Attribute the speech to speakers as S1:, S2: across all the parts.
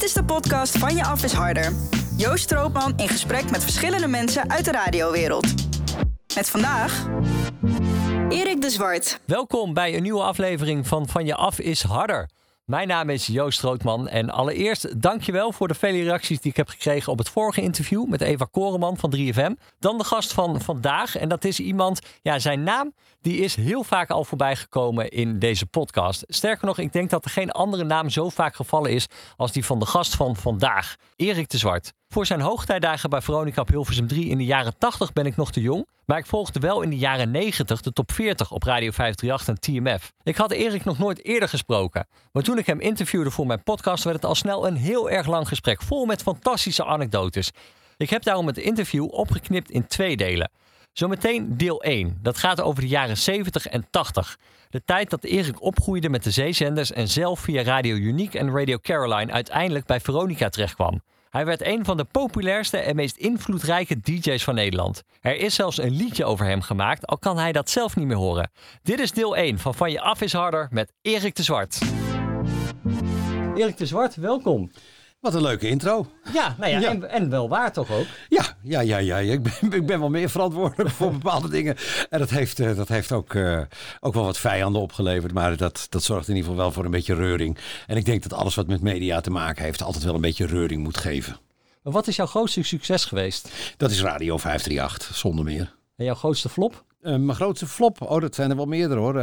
S1: is de podcast Van je af is harder. Joost Stroopman in gesprek met verschillende mensen uit de radiowereld. Met vandaag Erik de Zwart.
S2: Welkom bij een nieuwe aflevering van je af is harder. Mijn naam is Joost Stroopman en allereerst dankjewel voor de vele reacties die ik heb gekregen op het vorige interview met Eva Koreman van 3FM. Dan de gast van vandaag en dat is iemand, zijn naam die is heel vaak al voorbij gekomen in deze podcast. Sterker nog, ik denk dat er geen andere naam zo vaak gevallen is als die van de gast van vandaag, Erik de Zwart. Voor zijn hoogtijdagen bij Veronica op Hilversum 3 in de jaren 80 ben ik nog te jong. Maar ik volgde wel in de jaren 90 de top 40 op Radio 538 en TMF. Ik had Erik nog nooit eerder gesproken. Maar toen ik hem interviewde voor mijn podcast werd het al snel een heel erg lang gesprek. Vol met fantastische anekdotes. Ik heb daarom het interview opgeknipt in 2 delen. Zometeen deel 1. Dat gaat over de jaren 70 en 80. De tijd dat Erik opgroeide met de zeezenders en zelf via Radio Unique en Radio Caroline uiteindelijk bij Veronica terechtkwam. Hij werd een van de populairste en meest invloedrijke DJ's van Nederland. Er is zelfs een liedje over hem gemaakt, al kan hij dat zelf niet meer horen. Dit is deel 1 van je af is harder met Erik de Zwart. Erik de Zwart, welkom.
S3: Wat een leuke intro.
S2: Ja. En wel waar toch ook?
S3: Ja. Ik ben wel meer verantwoordelijk voor bepaalde dingen. En dat heeft ook wel wat vijanden opgeleverd. Maar dat zorgt in ieder geval wel voor een beetje reuring. En ik denk dat alles wat met media te maken heeft altijd wel een beetje reuring moet geven.
S2: Maar wat is jouw grootste succes geweest?
S3: Dat is Radio 538, zonder meer.
S2: En jouw grootste flop?
S3: Mijn grootste flop? Dat zijn er wel meerdere hoor.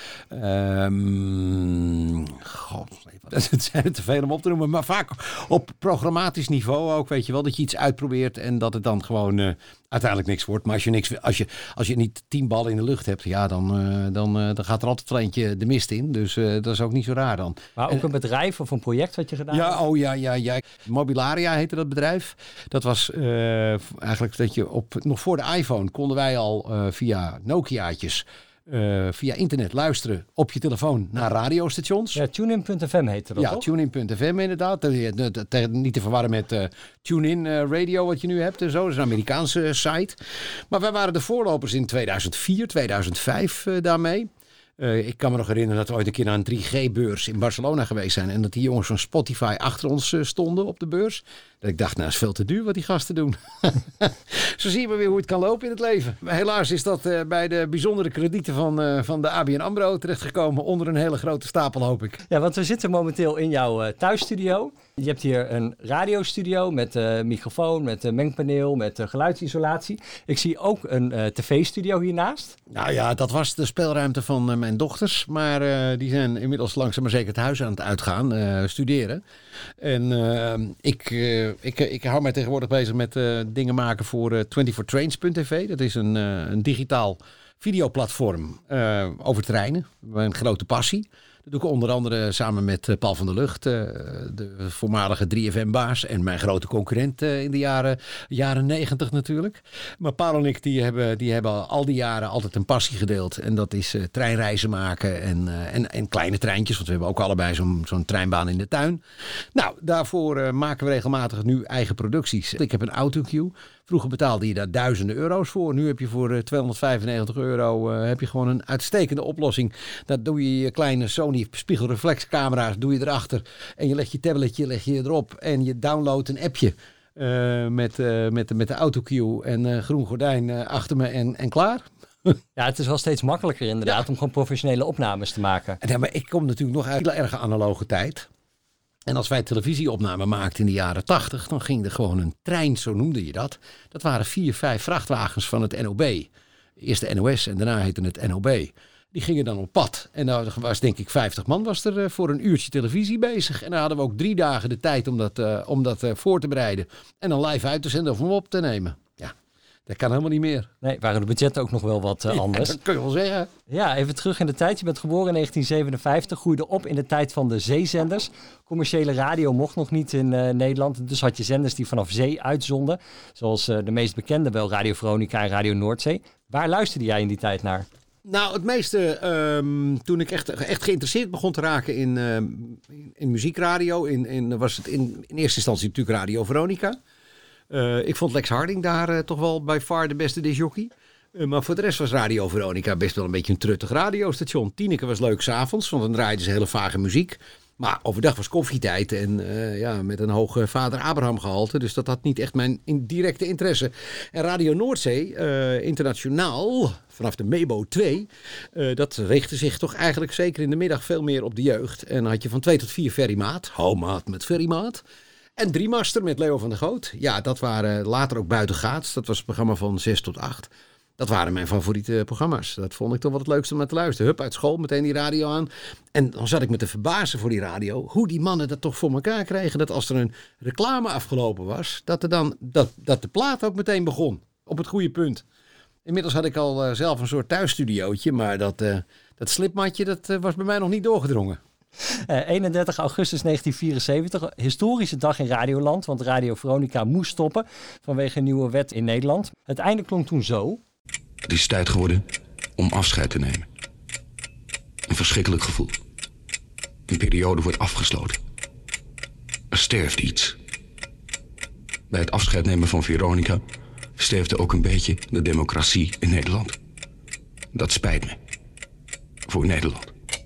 S3: Het zijn er te veel om op te noemen. Maar vaak op programmatisch niveau ook, weet je wel. Dat je iets uitprobeert en dat het dan gewoon uiteindelijk niks wordt. Maar als je niet 10 ballen in de lucht hebt, dan gaat er altijd wel eentje de mist in. Dus dat is ook niet zo raar dan.
S2: Maar ook een bedrijf of een project wat je gedaan hebt?
S3: Ja. Mobilaria heette dat bedrijf. Dat was eigenlijk dat je nog voor de iPhone konden wij al via Nokiaatjes via internet luisteren op je telefoon naar radiostations.
S2: Ja, TuneIn.fm heette dat,
S3: ja,
S2: toch?
S3: TuneIn.fm inderdaad. Niet te verwarren met TuneIn Radio wat je nu hebt en zo. Dat is een Amerikaanse site. Maar wij waren de voorlopers in 2004, 2005 daarmee. Ik kan me nog herinneren dat we ooit een keer naar een 3G-beurs in Barcelona geweest zijn. En dat die jongens van Spotify achter ons stonden op de beurs. Dat ik dacht, is veel te duur wat die gasten doen. Zo zien we weer hoe het kan lopen in het leven. Maar helaas is dat bij de bijzondere kredieten van de ABN AMRO terechtgekomen onder een hele grote stapel, hoop ik.
S2: Ja, want we zitten momenteel in jouw thuisstudio. Je hebt hier een radiostudio met microfoon, met mengpaneel, met geluidsisolatie. Ik zie ook een tv-studio hiernaast.
S3: Nou ja, dat was de speelruimte van mijn dochters. Maar die zijn inmiddels langzaam maar zeker het huis aan het uitgaan, studeren. En ik hou mij tegenwoordig bezig met dingen maken voor 24trains.tv. Dat is een digitaal videoplatform over treinen. Een grote passie. Dat doe ik onder andere samen met Paul van der Lugt, de voormalige 3FM-baas en mijn grote concurrent in de jaren 90 natuurlijk. Maar Paul en ik die hebben al die jaren altijd een passie gedeeld. En dat is treinreizen maken en kleine treintjes, want we hebben ook allebei zo'n treinbaan in de tuin. Nou, daarvoor maken we regelmatig nu eigen producties. Ik heb een autocue. Vroeger betaalde je daar duizenden euro's voor. Nu heb je voor €295 heb je gewoon een uitstekende oplossing. Dat doe je kleine Sony spiegelreflexcamera's doe je erachter. En je legt je tabletje erop. En je downloadt een appje met de autocue en groen gordijn achter me en klaar.
S2: Ja, het is wel steeds makkelijker inderdaad om gewoon professionele opnames te maken.
S3: Ja, maar ik kom natuurlijk nog uit een hele erge analoge tijd. En als wij televisieopnamen maakten in de jaren 80, dan ging er gewoon een trein, zo noemde je dat. Dat waren 4, 5 vrachtwagens van het NOB. Eerst de NOS en daarna heette het NOB. Die gingen dan op pad. En daar was denk ik 50 man was er voor een uurtje televisie bezig. En dan hadden we ook 3 dagen de tijd om dat voor te bereiden. En dan live uit te zenden of hem op te nemen. Ja, dat kan helemaal niet meer.
S2: Nee, waren de budgetten ook nog wel wat anders.
S3: Ja, dat kun je wel zeggen.
S2: Ja, even terug in de tijd. Je bent geboren in 1957, groeide op in de tijd van de zeezenders. Commerciële radio mocht nog niet in Nederland. Dus had je zenders die vanaf zee uitzonden. Zoals de meest bekende wel Radio Veronica en Radio Noordzee. Waar luisterde jij in die tijd naar?
S3: Nou, het meeste toen ik echt geïnteresseerd begon te raken in muziekradio. Was het in eerste instantie natuurlijk Radio Veronica. Ik vond Lex Harding daar toch wel by far de beste discjockey. Maar voor de rest was Radio Veronica best wel een beetje een truttig radiostation. Tineke was leuk 's avonds, want dan draaiden ze hele vage muziek. Maar overdag was koffietijd en met een hoog vader Abraham gehalte. Dus dat had niet echt mijn directe interesse. En Radio Noordzee, internationaal, vanaf de Mebo 2, dat richtte zich toch eigenlijk zeker in de middag veel meer op de jeugd. En dan had je van 2 tot 4 Ferrymaat, hou maat met Ferrymaat. En 3 Master met Leo van der Goot. Ja, dat waren later ook Buitengaats. Dat was het programma van 6 tot 8. Dat waren mijn favoriete programma's. Dat vond ik toch wel het leukste om naar te luisteren. Hup, uit school, meteen die radio aan. En dan zat ik me te verbazen voor die radio. Hoe die mannen dat toch voor elkaar kregen. Dat als er een reclame afgelopen was. Dat de plaat ook meteen begon. Op het goede punt. Inmiddels had ik al zelf een soort thuisstudiootje. Maar dat slipmatje, dat was bij mij nog niet doorgedrongen.
S2: 31 augustus 1974, historische dag in Radioland, want Radio Veronica moest stoppen vanwege een nieuwe wet in Nederland. Het einde klonk toen zo.
S4: Het is tijd geworden om afscheid te nemen. Een verschrikkelijk gevoel. Een periode wordt afgesloten. Er sterft iets. Bij het afscheid nemen van Veronica sterfde ook een beetje de democratie in Nederland. Dat spijt me. Voor Nederland.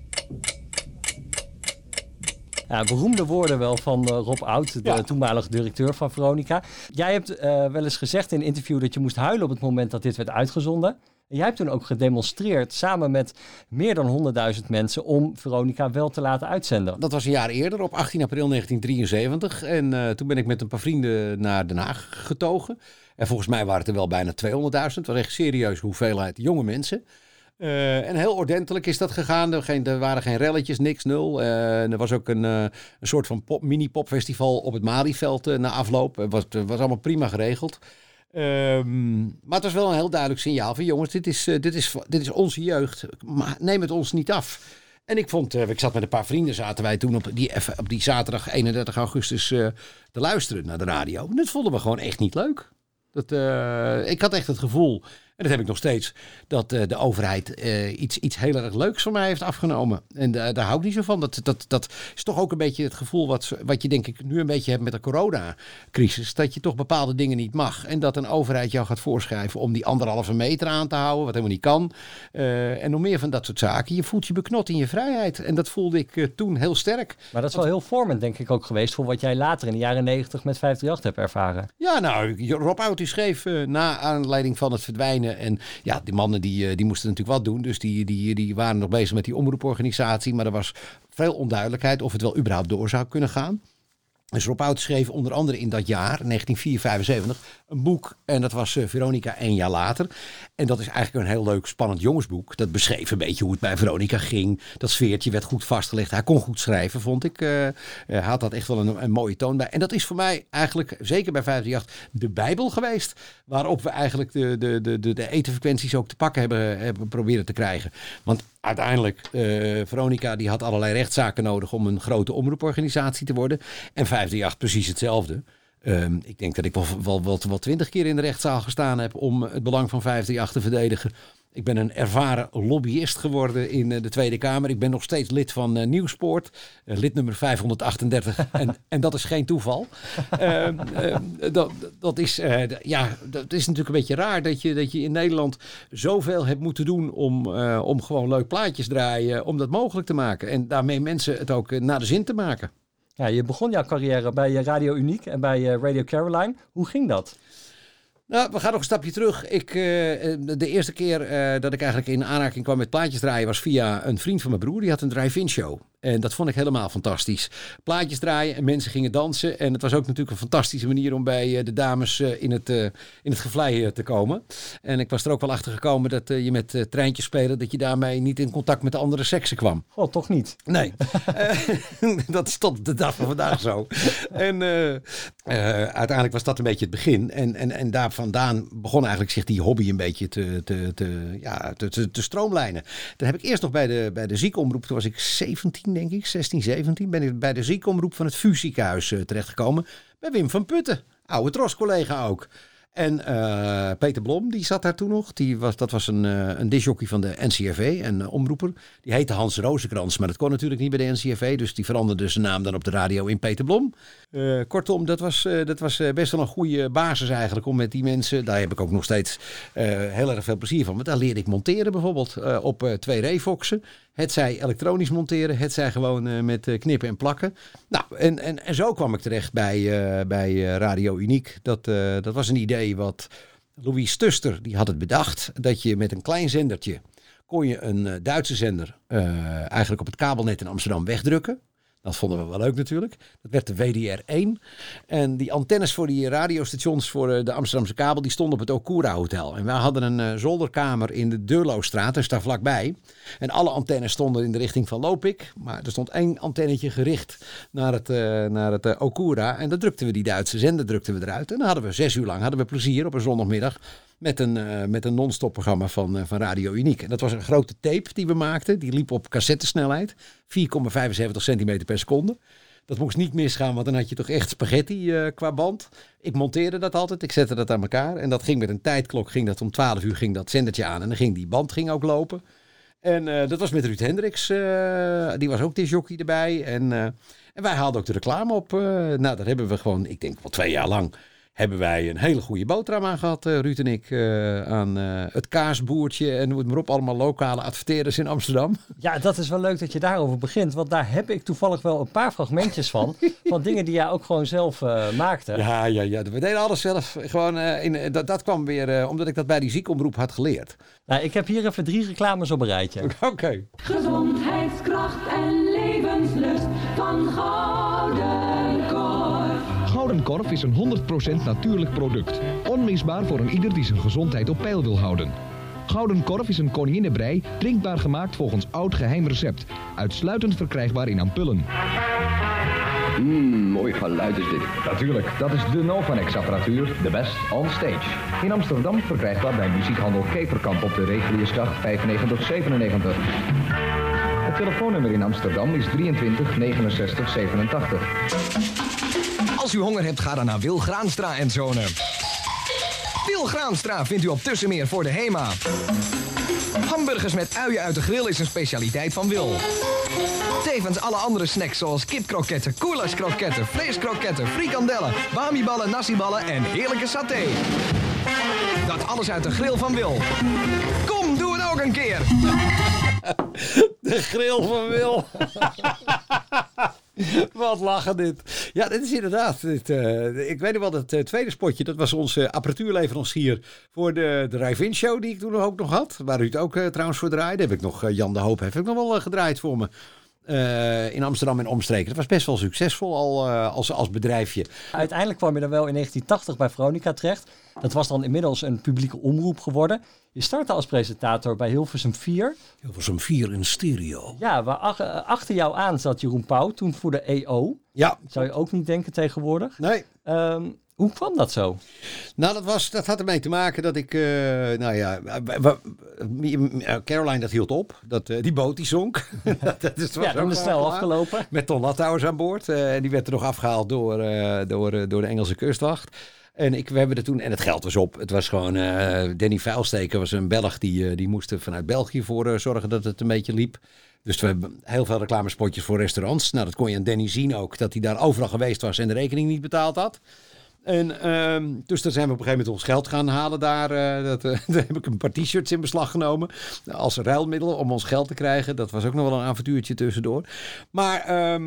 S2: Ja, beroemde woorden wel van Rob Oud, de toenmalige directeur van Veronica. Jij hebt wel eens gezegd in een interview dat je moest huilen op het moment dat dit werd uitgezonden. En jij hebt toen ook gedemonstreerd samen met meer dan 100.000 mensen om Veronica wel te laten uitzenden.
S3: Dat was een jaar eerder, op 18 april 1973. En toen ben ik met een paar vrienden naar Den Haag getogen. En volgens mij waren het er wel bijna 200.000. Het was echt een serieuze hoeveelheid jonge mensen. En heel ordentelijk is dat gegaan. Er waren geen relletjes, niks, nul. Er was ook een soort van mini-popfestival op het Malieveld na afloop. Het was allemaal prima geregeld. Maar het was wel een heel duidelijk signaal van jongens, dit is onze jeugd. Maar neem het ons niet af. En ik zat met een paar vrienden, zaten wij toen op die zaterdag 31 augustus te luisteren naar de radio. En dat vonden we gewoon echt niet leuk. Ik had echt het gevoel, en dat heb ik nog steeds, dat de overheid iets heel erg leuks van mij heeft afgenomen. En daar hou ik niet zo van. Dat is toch ook een beetje het gevoel wat je denk ik nu een beetje hebt met de coronacrisis. Dat je toch bepaalde dingen niet mag. En dat een overheid jou gaat voorschrijven om die 1,5 meter aan te houden, wat helemaal niet kan. En nog meer van dat soort zaken. Je voelt je beknot in je vrijheid. En dat voelde ik toen heel sterk.
S2: Maar dat is wel heel vormend denk ik ook geweest voor wat jij later in de jaren 90 met 538 hebt ervaren.
S3: Ja, nou, Rob Oud die schreef na aanleiding van het verdwijnen. En ja, die mannen die moesten natuurlijk wat doen. Dus die waren nog bezig met die omroeporganisatie. Maar er was veel onduidelijkheid of het wel überhaupt door zou kunnen gaan. Dus Rob Oud schreef onder andere in dat jaar, 1975, een boek. En dat was Veronica 1 jaar later. En dat is eigenlijk een heel leuk, spannend jongensboek. Dat beschreef een beetje hoe het bij Veronica ging. Dat sfeertje werd goed vastgelegd. Hij kon goed schrijven, vond ik. Hij had dat echt wel een mooie toon bij. En dat is voor mij eigenlijk, zeker bij 538, de Bijbel geweest. Waarop we eigenlijk de etenfrequenties ook te pakken hebben proberen te krijgen. Want uiteindelijk, Veronica die had allerlei rechtszaken nodig om een grote omroeporganisatie te worden. En 538 precies hetzelfde. Ik denk dat ik wel 20 keer in de rechtszaal gestaan heb om het belang van 538 te verdedigen. Ik ben een ervaren lobbyist geworden in de Tweede Kamer. Ik ben nog steeds lid van Nieuwspoort. Lid nummer 538. En dat is geen toeval. Dat is natuurlijk een beetje raar dat je in Nederland zoveel hebt moeten doen om gewoon leuk plaatjes draaien. Om dat mogelijk te maken. En daarmee mensen het ook naar de zin te maken.
S2: Ja, je begon jouw carrière bij Radio Uniek en bij Radio Caroline. Hoe ging dat?
S3: Nou, we gaan nog een stapje terug. De eerste keer dat ik eigenlijk in aanraking kwam met plaatjes draaien was via een vriend van mijn broer. Die had een drive-in show. En dat vond ik helemaal fantastisch. Plaatjes draaien en mensen gingen dansen. En het was ook natuurlijk een fantastische manier om bij de dames in het gevlei te komen. En ik was er ook wel achter gekomen dat je met treintjes spelen, dat je daarmee niet in contact met de andere seksen kwam.
S2: Oh, toch niet?
S3: Nee. Dat is tot de dag van vandaag zo. En uiteindelijk was dat een beetje het begin. En daar vandaan begon eigenlijk zich die hobby een beetje te stroomlijnen. Dan heb ik eerst nog bij de ziekenomroep, toen was ik 17 denk ik, 16, 17, ben ik bij de ziekenomroep van het VU ziekenhuis terechtgekomen. Bij Wim van Putten, oude troscollega ook. En Peter Blom, die zat daar toen nog. Dat was een discjockey van de NCRV, een omroeper. Die heette Hans Rozenkrans, maar dat kon natuurlijk niet bij de NCRV. Dus die veranderde zijn naam dan op de radio in Peter Blom. Kortom, dat was best wel een goede basis eigenlijk om met die mensen. Daar heb ik ook nog steeds heel erg veel plezier van. Want daar leerde ik monteren bijvoorbeeld op 2 Revoxen. Het zij elektronisch monteren, het zij gewoon met knippen en plakken. Nou, en zo kwam ik terecht bij Radio Uniek. Dat was een idee wat Louis Stuster, die had het bedacht. Dat je met een klein zendertje kon je een Duitse zender eigenlijk op het kabelnet in Amsterdam wegdrukken. Dat vonden we wel leuk natuurlijk. Dat werd de WDR1. En die antennes voor die radiostations voor de Amsterdamse kabel, die stonden op het Okura Hotel. En wij hadden een zolderkamer in de Deurloostraat, dus daar vlakbij. En alle antennes stonden in de richting van Lopik. Maar er stond 1 antennetje gericht naar het Okura. En dan drukten we die Duitse zender eruit. En dan hadden we 6 uur lang plezier op een zondagmiddag met een non-stop programma van Radio Uniek. En dat was een grote tape die we maakten. Die liep op cassettesnelheid. 4,75 centimeter per seconde. Dat moest niet misgaan, want dan had je toch echt spaghetti qua band. Ik monteerde dat altijd. Ik zette dat aan elkaar. En dat ging met een tijdklok. Ging dat om 12 uur ging dat zendertje aan. En dan ging die band ook lopen. En dat was met Ruud Hendricks. Die was ook discjockey erbij. En wij haalden ook de reclame op. Nou, daar hebben we gewoon, ik denk wel 2 jaar lang, hebben wij een hele goede boterham aan gehad, Ruud en ik. Aan het kaasboertje en noem het maar op. Allemaal lokale adverteerders in Amsterdam.
S2: Ja, dat is wel leuk dat je daarover begint. Want daar heb ik toevallig wel een paar fragmentjes van. Van dingen die jij ook gewoon zelf maakte.
S3: Ja. We deden alles zelf. Gewoon, dat kwam weer omdat ik dat bij die ziekenomroep had geleerd.
S2: Nou, ik heb hier even 3 reclames op een rijtje.
S3: Oké.
S5: Gezondheidskracht en levenslust van Gouden Korf.
S6: Gouden Korf is een 100% natuurlijk product. Onmisbaar voor een ieder die zijn gezondheid op peil wil houden. Gouden Korf is een koninginnenbrei, drinkbaar gemaakt volgens oud geheim recept. Uitsluitend verkrijgbaar in ampullen.
S7: Mooi geluid is dit. Natuurlijk, dat is de Novanex-apparatuur, de best on stage. In Amsterdam verkrijgbaar bij muziekhandel Keverkamp op de Reguliersgracht 9597. Het telefoonnummer in Amsterdam is 23 69 87.
S6: Als u honger hebt, ga dan naar Wil Graanstra en Zonen. Wil Graanstra vindt u op Tussenmeer voor de HEMA. Hamburgers met uien uit de grill is een specialiteit van Wil. Tevens alle andere snacks zoals kipkroketten, koelashkroketten, vleeskroketten, frikandellen, bamiballen, nasiballen en heerlijke saté. Dat alles uit de grill van Wil. Kom, doe het ook een keer.
S3: De grill van Wil. Wat lachen dit. Ja, dit is inderdaad. Ik weet nog wel, het tweede spotje, dat was onze apparatuurleverancier voor de Drive-In Show die ik toen ook nog had. Waar u het ook trouwens voor draaide. Heb ik nog, Jan de Hoop heeft ook nog wel gedraaid voor me. In Amsterdam en omstreken. Dat was best wel succesvol al als bedrijfje.
S2: Uiteindelijk kwam je dan wel in 1980 bij Veronica terecht. Dat was dan inmiddels een publieke omroep geworden. Je startte als presentator bij Hilversum 4.
S3: Hilversum 4 in stereo.
S2: Ja, waar achter jou aan zat Jeroen Pauw, toen voor de EO.
S3: Ja.
S2: Zou je ook niet denken tegenwoordig.
S3: Nee.
S2: Hoe kwam dat zo?
S3: Nou, dat had ermee te maken dat ik... Caroline, dat hield op. Die boot die zonk. Dat is
S2: toen is snel afgelopen.
S3: Met Ton Lathouwers aan boord. En die werd er nog afgehaald door de Engelse kustwacht. En we hebben er toen... En het geld was op. Het was gewoon... Danny Vuilsteker was een Belg. Die moest er vanuit België voor zorgen dat het een beetje liep. Dus we hebben heel veel reclamespotjes voor restaurants. Nou, dat kon je aan Danny zien ook. Dat hij daar overal geweest was en de rekening niet betaald had. En dus daar zijn we op een gegeven moment ons geld gaan halen daar. Daar heb ik een paar t-shirts in beslag genomen. Als ruilmiddel om ons geld te krijgen. Dat was ook nog wel een avontuurtje tussendoor. Maar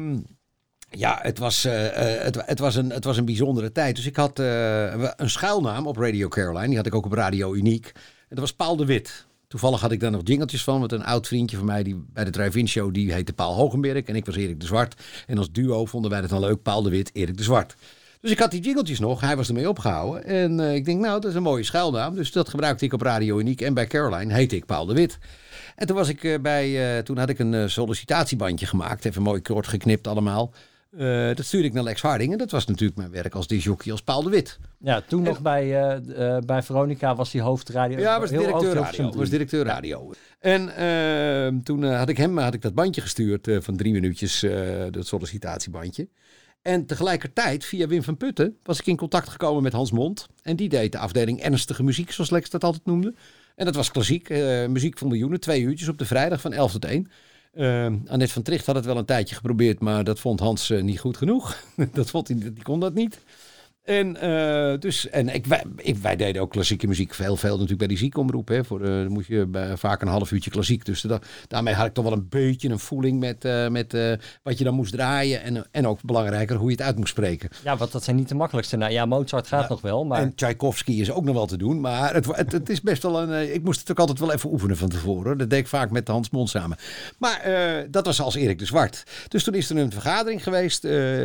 S3: het was een bijzondere tijd. Dus ik had een schuilnaam op Radio Caroline. Die had ik ook op Radio Uniek. En dat was Paul de Wit. Toevallig had ik daar nog jingeltjes van. Want een oud vriendje van mij die bij de Drive-In Show, die heette Paul Hogenberg. En ik was Erik de Zwart. En als duo vonden wij het dan leuk. Paul de Wit, Erik de Zwart. Dus ik had die jingeltjes nog. Hij was ermee opgehouden. En ik denk, nou, dat is een mooie schuilnaam. Dus dat gebruikte ik op Radio Uniek. En bij Caroline heette ik Paul de Wit. En toen was ik toen had ik een sollicitatiebandje gemaakt. Even mooi kort geknipt allemaal. Dat stuurde ik naar Lex Harding. En dat was natuurlijk mijn werk als discjockey als Paul de Wit.
S2: Ja, toen nog bij Veronica was hij hoofdradio.
S3: Ja, was directeur radio. En toen had ik dat bandje gestuurd van 3 minuutjes, dat sollicitatiebandje. En tegelijkertijd, via Wim van Putten, was ik in contact gekomen met Hans Mond. En die deed de afdeling ernstige muziek, zoals Lex dat altijd noemde. En dat was klassiek, muziek van miljoenen, 2 uurtjes op de vrijdag van 11 tot 1. Annette van Tricht had het wel een tijdje geprobeerd, maar dat vond Hans niet goed genoeg. Die kon dat niet. En wij deden ook klassieke muziek. Veel natuurlijk bij die ziekenomroep. Hè. Dan moet je vaak een half uurtje klassiek. Dus daarmee had ik toch wel een beetje een voeling met wat je dan moest draaien. En ook belangrijker hoe je het uit moest spreken.
S2: Ja, want dat zijn niet de makkelijkste. Nou ja, Mozart gaat nog wel. Maar...
S3: En Tchaikovsky is ook nog wel te doen. Maar het is best wel ik moest het ook altijd wel even oefenen van tevoren. Dat deed ik vaak met Hans Mond samen. Maar dat was als Erik de Zwart. Dus toen is er een vergadering geweest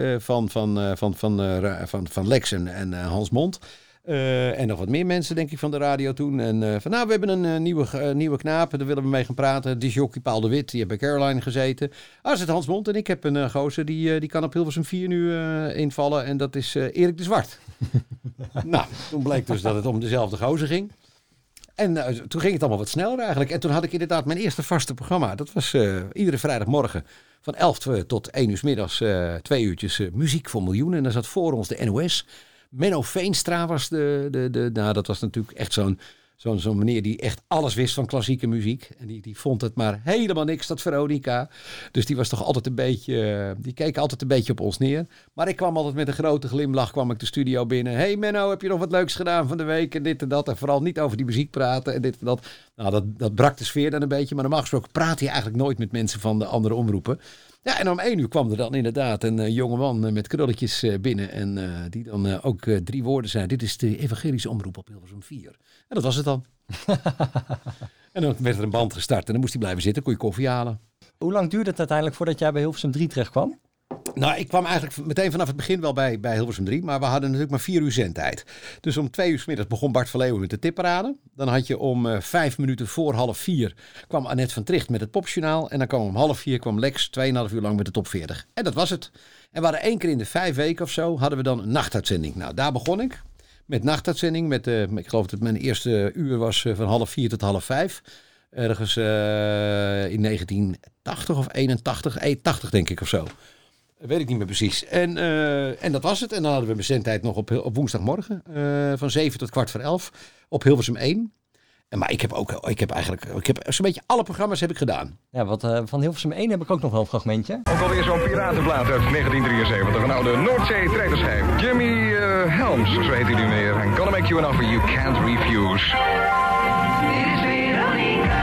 S3: van Lex en Hans Mond. En nog wat meer mensen, denk ik, van de radio toen. En we hebben een nieuwe knaap. Daar willen we mee gaan praten. Die jockey Paul de Wit, die heeft bij Caroline gezeten. Dat is het Hans Mond. En ik heb een gozer, die kan op Hilversum 4 nu invallen. En dat is Erik de Zwart. Nou, toen bleek dus dat het om dezelfde gozer ging. En toen ging het allemaal wat sneller eigenlijk. En toen had ik inderdaad mijn eerste vaste programma. Dat was iedere vrijdagmorgen van 11 tot 1 uur 's middags 2 uurtjes muziek voor miljoenen. En daar zat voor ons de NOS. Menno Veenstra was dat was natuurlijk echt zo'n meneer die echt alles wist van klassieke muziek. En die vond het maar helemaal niks, dat Veronica. Dus die was toch altijd die keek altijd een beetje op ons neer. Maar ik kwam altijd met een grote glimlach, kwam ik de studio binnen. Hey Menno, heb je nog wat leuks gedaan van de week? En dit en dat. En vooral niet over die muziek praten en dit en dat. Nou, dat brak de sfeer dan een beetje. Maar normaal gesproken praat je eigenlijk nooit met mensen van de andere omroepen. Ja, en om 1 uur kwam er dan inderdaad een jonge man met krulletjes binnen. En die dan ook 3 woorden zei. Dit is de evangelische omroep op Hilversum 4. En dat was het dan. En dan werd er een band gestart. En dan moest hij blijven zitten. Kon je koffie halen.
S2: Hoe lang duurde het uiteindelijk voordat jij bij Hilversum 3 terecht kwam?
S3: Nou, ik kwam eigenlijk meteen vanaf het begin wel bij Hilversum 3. Maar we hadden natuurlijk maar 4 uur zendtijd. Dus om 2 uur 's middags begon Bart van Leeuwen met de tipparade. Dan had je om 5 minuten voor 3:30 kwam Annette van Tricht met het popjournaal. En dan kwam om 3:30 kwam Lex 2,5 uur lang met de top 40. En dat was het. En we hadden 1 keer in de 5 weken of zo hadden we dan een nachtuitzending. Nou, daar begon ik. Met nachtuitzending. Ik geloof dat mijn eerste uur was van 4:30 tot 4:30. Ergens in 1980 of 81 denk ik of zo. Weet ik niet meer precies. En dat was het. En dan hadden we mijn zendtijd nog op woensdagmorgen. Van 7 tot 11:15 op Hilversum 1. Maar ik heb zo'n beetje alle programma's heb ik gedaan.
S2: Ja, van Hilversum 1 heb ik ook nog wel een fragmentje.
S6: Ook alweer zo'n piratenplaat uit 1973. Een oude Noordzee-treiterschijf. Jimmy Helms, zo heet hij nu meer. I'm gonna make you an offer you can't refuse.
S5: Dit is Veronica.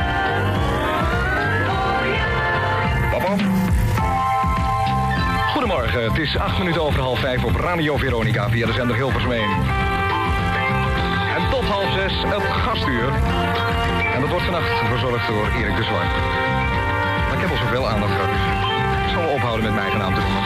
S6: Papa. Goedemorgen, het is 8 minuten over 4:30 op Radio Veronica via de zender Hilversum 1. En tot 5:30 het gastuur. En dat wordt vannacht verzorgd door Erik de Zwart. Maar ik heb al zoveel aandacht gehad. Ik zal ophouden met mijn eigen naam te noemen.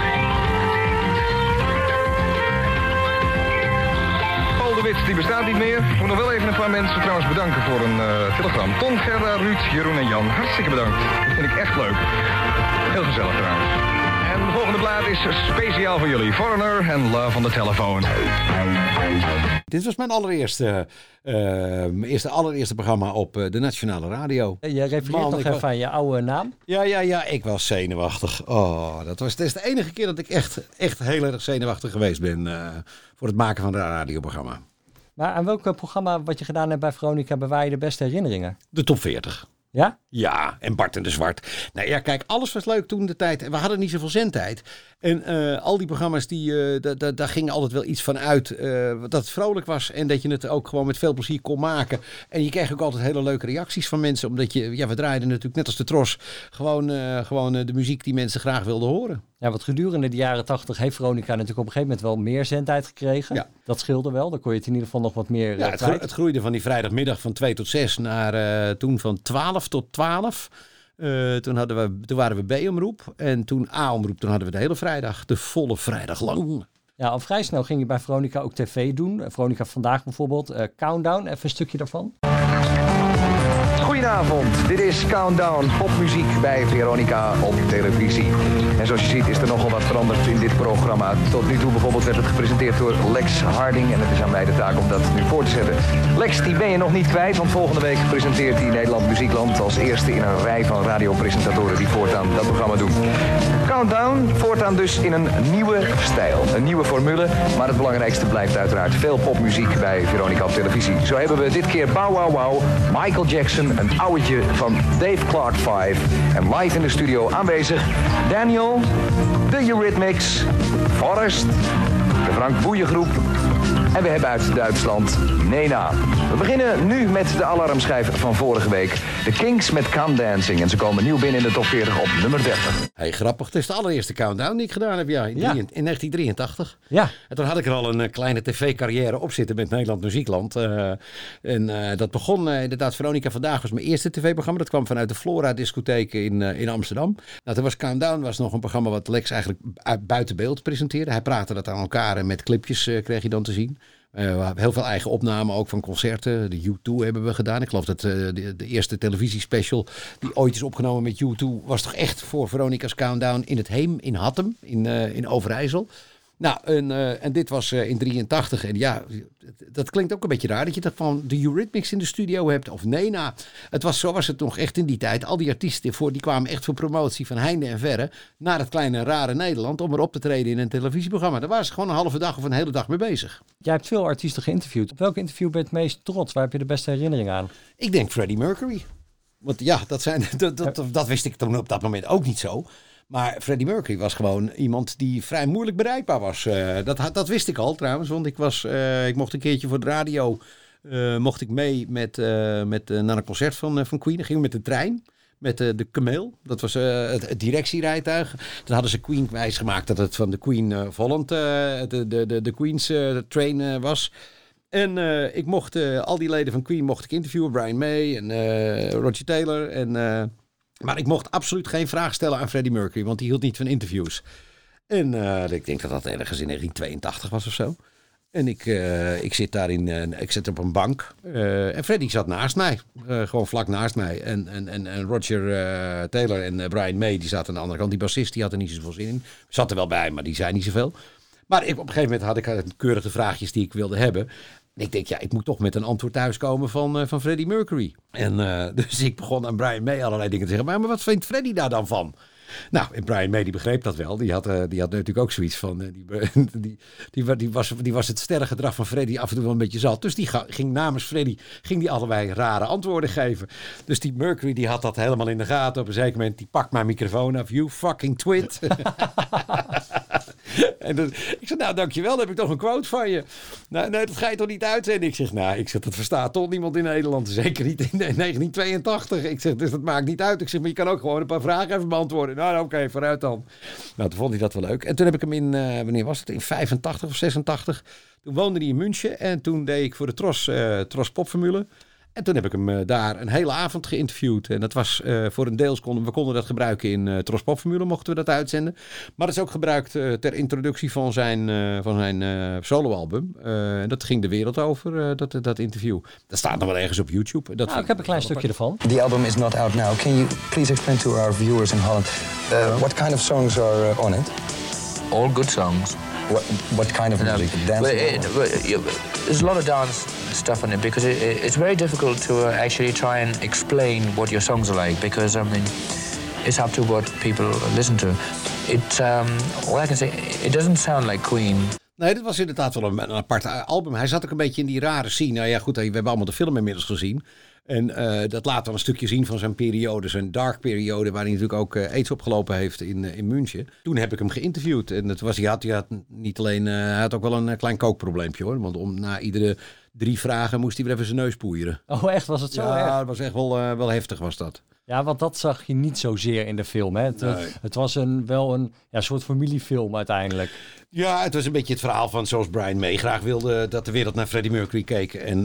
S6: Paul de Wit, die bestaat niet meer. Ik moet nog wel even een paar mensen trouwens bedanken voor een telegram. Ton, Gerda, Ruud, Jeroen en Jan. Hartstikke bedankt. Dat vind ik echt leuk. Heel gezellig trouwens. En de volgende plaat is speciaal voor jullie. Foreigner and Love on the Telephone.
S3: Dit was mijn allereerste programma op de Nationale Radio.
S2: Je refereert nog even aan je oude naam.
S3: Ja, ik was zenuwachtig. Oh, dat is de enige keer dat ik echt heel erg zenuwachtig geweest ben voor het maken van een radioprogramma.
S2: Maar aan welk programma wat je gedaan hebt bij Veronica bewaar je de beste herinneringen?
S3: De top 40.
S2: Ja?
S3: Ja, en Bart en de Zwart. Nou ja, kijk, alles was leuk toen de tijd. We hadden niet zoveel zendtijd. En al die programma's, daar ging altijd wel iets van uit. Dat het vrolijk was en dat je het ook gewoon met veel plezier kon maken. En je kreeg ook altijd hele leuke reacties van mensen. Omdat we draaiden natuurlijk net als de Tros gewoon de muziek die mensen graag wilden horen.
S2: Ja, want gedurende de jaren 80 heeft Veronica natuurlijk op een gegeven moment wel meer zendtijd gekregen. Ja. Dat scheelde wel, dan kon je het in ieder geval nog wat meer kwijt. Het groeide van die vrijdagmiddag van 2 tot 6 naar toen van 12 tot 12. Toen waren we B-omroep en toen A-omroep. Toen hadden we de hele vrijdag, de volle vrijdag lang. Ja, al vrij snel ging je bij Veronica ook tv doen. Veronica Vandaag bijvoorbeeld. Countdown, even een stukje daarvan.
S6: Goedenavond, dit is Countdown, popmuziek bij Veronica op televisie. En zoals je ziet is er nogal wat veranderd in dit programma. Tot nu toe bijvoorbeeld werd het gepresenteerd door Lex Harding en het is aan mij de taak om dat nu voor te zetten. Lex, die ben je nog niet kwijt, want volgende week presenteert hij Nederland Muziekland als eerste in een rij van radiopresentatoren die voortaan dat programma doen. Countdown, voortaan dus in een nieuwe stijl, een nieuwe formule, maar het belangrijkste blijft uiteraard veel popmuziek bij Veronica op televisie. Zo hebben we dit keer Bow Wow Wow, Michael Jackson, een ouwtje van Dave Clark 5 en live in de studio aanwezig Daniel, The Eurythmics, Forrest
S7: de Frank Boeien Groep. En we hebben uit Duitsland Nena. We beginnen nu met de alarmschijf van vorige week. De Kings met Come Dancing. En ze komen nieuw binnen in de top 40 op nummer 30.
S3: Hey, grappig. Het is de allereerste countdown die ik gedaan heb. In 1983.
S2: Ja.
S3: En toen had ik er al een kleine tv-carrière op zitten met Nederland Muziekland. Dat begon inderdaad. Veronica Vandaag was mijn eerste tv-programma. Dat kwam vanuit de Flora-discotheek in Amsterdam. Nou, toen was Countdown nog een programma wat Lex eigenlijk buiten beeld presenteerde. Hij praatte dat aan elkaar en met clipjes kreeg je dan te zien. We hebben heel veel eigen opnamen, ook van concerten. De U2 hebben we gedaan. Ik geloof dat de eerste televisiespecial die ooit is opgenomen met U2... was toch echt voor Veronica's Countdown in het Heem in Hattem, in Overijssel. Nou, en dit was in 83. En ja, dat klinkt ook een beetje raar dat je dat van de Eurythmics in de studio hebt. Of Nena. Zo was het nog echt in die tijd. Al die artiesten die kwamen echt voor promotie van heinde en verre naar het kleine rare Nederland om erop te treden in een televisieprogramma. Daar waren ze gewoon een halve dag of een hele dag mee bezig.
S2: Jij hebt veel artiesten geïnterviewd. Op welk interview ben je het meest trots? Waar heb je de beste herinnering aan?
S3: Ik denk Freddie Mercury. Want ja, dat wist ik toen op dat moment ook niet zo. Maar Freddie Mercury was gewoon iemand die vrij moeilijk bereikbaar was. Dat wist ik al trouwens, want ik mocht een keertje voor de radio mocht ik mee naar een concert van Queen. Dan gingen we met de trein, met de Kameel. Dat was het directierijtuig. Toen hadden ze Queen wijsgemaakt dat het van de Queen of Holland de Queen's train was. En ik mocht al die leden van Queen mocht ik interviewen. Brian May en Roger Taylor maar ik mocht absoluut geen vraag stellen aan Freddie Mercury, want die hield niet van interviews. En ik denk dat ergens in 1982 was of zo. En ik zit daar ik zit op een bank. En Freddie zat naast mij. Gewoon vlak naast mij. En Roger Taylor en Brian May, die zaten aan de andere kant. Die bassist, die had er niet zoveel zin in. Zat er wel bij, maar die zei niet zoveel. Maar op een gegeven moment had ik keurig de vraagjes die ik wilde hebben. En ik denk, ik moet toch met een antwoord thuiskomen van Freddie Mercury. En dus ik begon aan Brian May allerlei dingen te zeggen. Maar wat vindt Freddie daar dan van? Nou, en Brian May die begreep dat wel. Die had natuurlijk ook zoiets van... Die was het sterrengedrag van Freddie af en toe wel een beetje zat. Dus die ging namens Freddie allerlei rare antwoorden geven. Dus die Mercury die had dat helemaal in de gaten. Op een zeker moment, die pakt mijn microfoon af. You fucking twit. En ik zei, nou dankjewel, dan heb ik toch een quote van je. Nou, nee, dat ga je toch niet uitzenden? Ik zeg, dat verstaat toch niemand in Nederland. Zeker niet in 1982. Ik zeg, dus dat maakt niet uit. Ik zeg, maar je kan ook gewoon een paar vragen even beantwoorden. Nou, oké, vooruit dan. Nou, toen vond hij dat wel leuk. En toen heb ik hem wanneer was het? In 85 of 86. Toen woonde hij in München. En toen deed ik voor de Tros Popformule. En toen heb ik hem daar een hele avond geïnterviewd. En dat was voor een deels we konden dat gebruiken in Tros Popformule, mochten we dat uitzenden. Maar dat is ook gebruikt ter introductie van zijn soloalbum. En dat ging de wereld over, dat interview. Dat staat nog wel ergens op YouTube.
S2: Ik heb een klein stukje ervan.
S8: The album is not out now. Can you please explain to our viewers in Holland what kind of songs are on it?
S9: All good songs.
S8: What kind of music? Dance?
S9: There's a lot of dance stuff on it because it's very difficult to actually try and explain what your songs are like because it's up to what people listen to. All I can say, it doesn't sound like Queen.
S3: Nee, dit was inderdaad wel een apart album. Hij zat ook een beetje in die rare scene. Nou ja, goed, we hebben allemaal de film inmiddels gezien. En dat laat wel een stukje zien van zijn periode, zijn dark periode, waar hij natuurlijk ook aids opgelopen heeft in München. Toen heb ik hem geïnterviewd. En hij had ook wel een klein kookprobleempje hoor. Want na iedere 3 vragen moest hij weer even zijn neus poeieren.
S2: Oh echt? Was het zo erg?
S3: Ja, dat was echt wel heftig was dat.
S2: Ja, want dat zag je niet zozeer in de film. Hè? Het was wel een soort familiefilm uiteindelijk.
S3: Ja, het was een beetje het verhaal van zoals Brian May graag wilde dat de wereld naar Freddie Mercury keek. En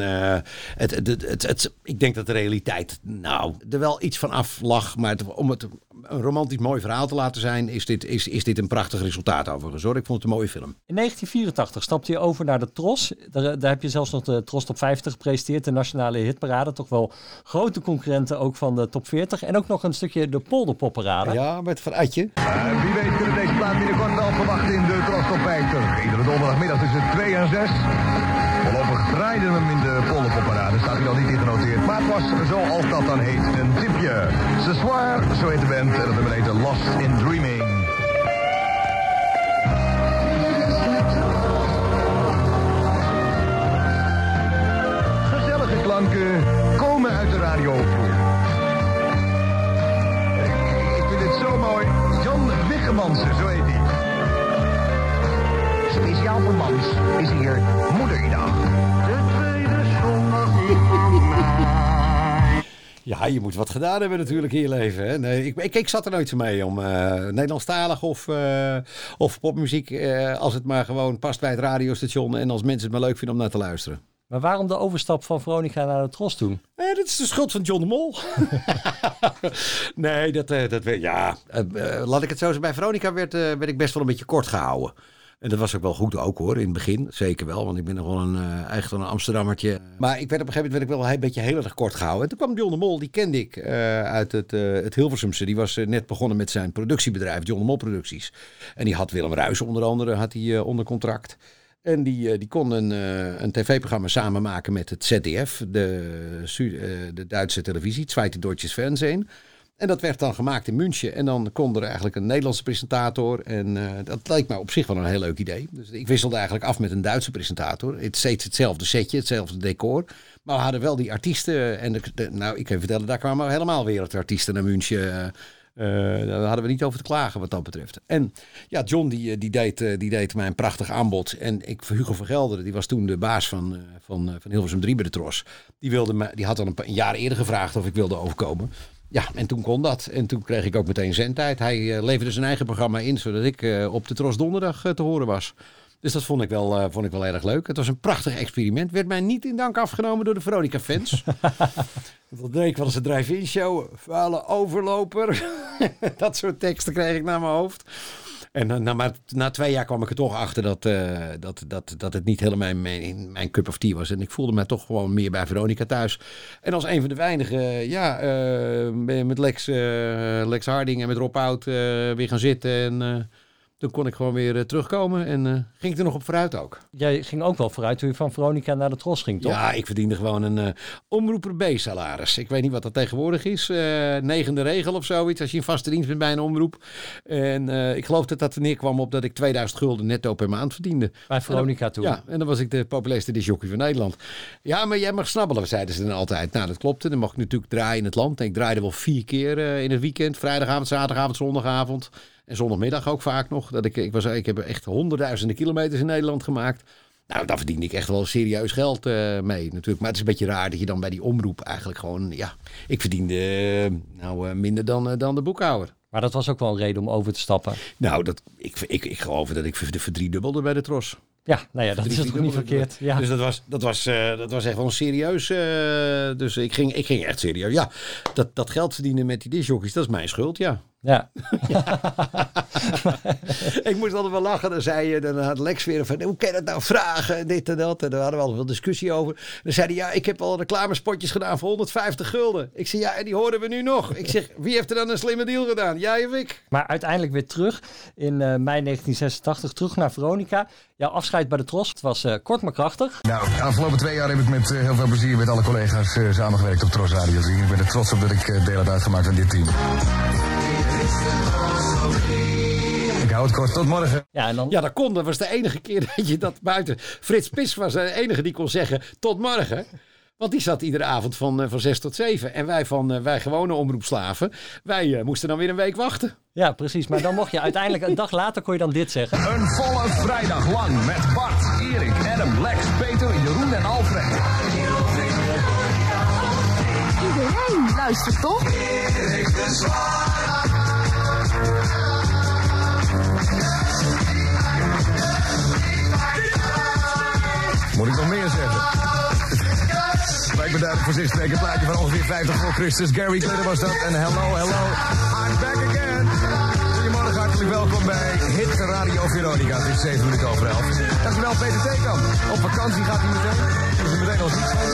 S3: ik denk dat de realiteit er wel iets van af lag. Maar om het een romantisch mooi verhaal te laten zijn, is dit een prachtig resultaat overigens hoor. Ik vond het een mooie film.
S2: In 1984 stapte je over naar de Tros. Daar heb je zelfs nog de Tros Top 50 gepresenteerd. De nationale hitparade. Toch wel grote concurrenten ook van de Top 40. En ook nog een stukje de Polderpopparade.
S3: Ja, met Van Uitje.
S10: Wie weet kunnen deze plaat binnenkort al verwachten in de Tros Top 50. Iedere donderdagmiddag tussen 2 en 6. Voorlopig draaiden we hem in de Polderpopparade. Staat hij nog niet ingenoteerd. Maar het was, zoals dat dan heet, een tipje. Ce soir, zo heet de band. En dat nummer heette Lost in Dreaming. Gezellige klanken komen uit de radiovloer. Ik vind het zo mooi. Jan Wiggemansen, zo heet hij. Speciaal voor mams is hier Moederdag. De tweede zondag van mei.
S3: Ja, je moet wat gedaan hebben natuurlijk in je leven. Hè? Nee, ik zat er nooit zo mee om Nederlandstalig of popmuziek. Als het maar gewoon past bij het radiostation en als mensen het maar leuk vinden om naar te luisteren.
S2: Maar waarom de overstap van Veronica naar de Tros toen?
S3: Nee, dat is de schuld van John de Mol. Nee, laat ik het zo zeggen. Bij Veronica werd ik best wel een beetje kort gehouden. En dat was ook wel goed ook hoor, in het begin. Zeker wel, want ik ben nog wel echt een Amsterdammertje. Maar ik werd op een gegeven moment wel een beetje heel erg kort gehouden. En toen kwam John de Mol, die kende ik uit het Hilversumse. Die was net begonnen met zijn productiebedrijf, John de Mol Producties. En die had Willem Ruijs onder andere onder contract. En die kon een tv-programma samen maken met het ZDF, de Duitse televisie, het Zweite Deutsches Fernsehen. En dat werd dan gemaakt in München. En dan kon er eigenlijk een Nederlandse presentator. En dat leek mij op zich wel een heel leuk idee. Dus ik wisselde eigenlijk af met een Duitse presentator. Het steeds hetzelfde setje, hetzelfde decor. Maar we hadden wel die artiesten. En ik kan je vertellen, daar kwamen helemaal wereldartiesten naar München. Daar hadden we niet over te klagen wat dat betreft. En ja, John die deed mij een prachtig aanbod. En Hugo van Gelderen, die was toen de baas van Hilversum 3 bij de Tros. Die had al een jaar eerder gevraagd of ik wilde overkomen. Ja, en toen kon dat. En toen kreeg ik ook meteen zendtijd. Hij leverde zijn eigen programma in, zodat ik op de Tros Donderdag te horen was. Dus dat vond ik wel erg leuk. Het was een prachtig experiment. Werd mij niet in dank afgenomen door de Veronica-fans. Dat deed ik wel eens een drive-in show. Vuile overloper. Dat soort teksten kreeg ik naar mijn hoofd. En maar na 2 jaar kwam ik er toch achter dat het niet helemaal mijn cup of tea was. En ik voelde me toch gewoon meer bij Veronica thuis. En als een van de weinigen, met Lex Harding en met Rob Oud weer gaan zitten. En toen kon ik gewoon weer terugkomen en ging ik er nog op vooruit ook.
S2: Jij ging ook wel vooruit toen je van Veronica naar de Tros ging, toch?
S3: Ja, ik verdiende gewoon een omroeper B-salaris. Ik weet niet wat dat tegenwoordig is. 9e regel of zoiets, als je in vaste dienst bent bij een omroep. En ik geloof dat er neerkwam op dat ik 2000 gulden netto per maand verdiende.
S2: Bij Veronica toen?
S3: Ja, en dan was ik de populairste discjockey van Nederland. Ja, maar jij mag snabbelen, zeiden ze dan altijd. Nou, dat klopte. Dan mocht ik natuurlijk draaien in het land. En ik draaide wel 4 keer in het weekend. Vrijdagavond, zaterdagavond, zondagavond. En zondagmiddag ook vaak nog. Ik heb echt honderdduizenden kilometers in Nederland gemaakt. Nou, daar verdiende ik echt wel serieus geld mee natuurlijk. Maar het is een beetje raar dat je dan bij die omroep eigenlijk gewoon... Ja, ik verdiende minder dan de boekhouder.
S2: Maar dat was ook wel een reden om over te stappen.
S3: Nou, ik geloof dat ik verdriedubbelde bij de Tros.
S2: Ja, nou ja, dat is toch niet verkeerd. Ja.
S3: Dus dat was echt wel serieus. Dus ik ging echt serieus. Ja, dat geld verdienen met die discjockeys, dat is mijn schuld, ja.
S2: Ja.
S3: Ik moest altijd wel lachen. Dan had Lex weer van, hoe kan je dat nou vragen? Dit en dat. En daar hadden we altijd wel discussie over. Dan zei hij, ja, ik heb al reclamespotjes gedaan voor 150 gulden. Ik zei, ja, en die horen we nu nog. Ik zeg, wie heeft er dan een slimme deal gedaan? Jij of ik?
S2: Maar uiteindelijk weer terug in mei 1986, terug naar Veronica. Jouw afscheid bij de Tros, het was kort maar krachtig.
S10: Nou, de afgelopen 2 jaar heb ik met heel veel plezier met alle collega's samengewerkt op Tros Radio 3. Ik ben er trots op dat ik deel heb uitgemaakt van dit team. Ik hou het kort, tot morgen.
S2: Ja, en dan...
S3: Ja, dat kon. Dat was de enige keer dat je dat buiten... Frits Pis was de enige die kon zeggen, tot morgen. Want die zat iedere avond van 6 tot 7. En wij gewone omroepslaven, wij moesten dan weer een week wachten.
S2: Ja, precies. Maar dan mocht je uiteindelijk, een dag later kon je dan dit zeggen.
S6: Een volle vrijdag lang met Bart, Erik, Adam, Lex, Peter, Jeroen en Alfred.
S11: Iedereen luistert toch? Erik de Zwart.
S10: Moet ik nog meer zeggen? Lijkt me duidelijk voor zich spreken. Een plaatje van ongeveer 50 voor Christus. Gary Glitter was dat. En hello, I'm back again. Goedemorgen, hartelijk welkom bij Hit Radio Veronica. Het is 7 minuten over 11. Dankjewel Peter Theekamp. Op vakantie gaat hij meteen. Dus er meteen al iets van.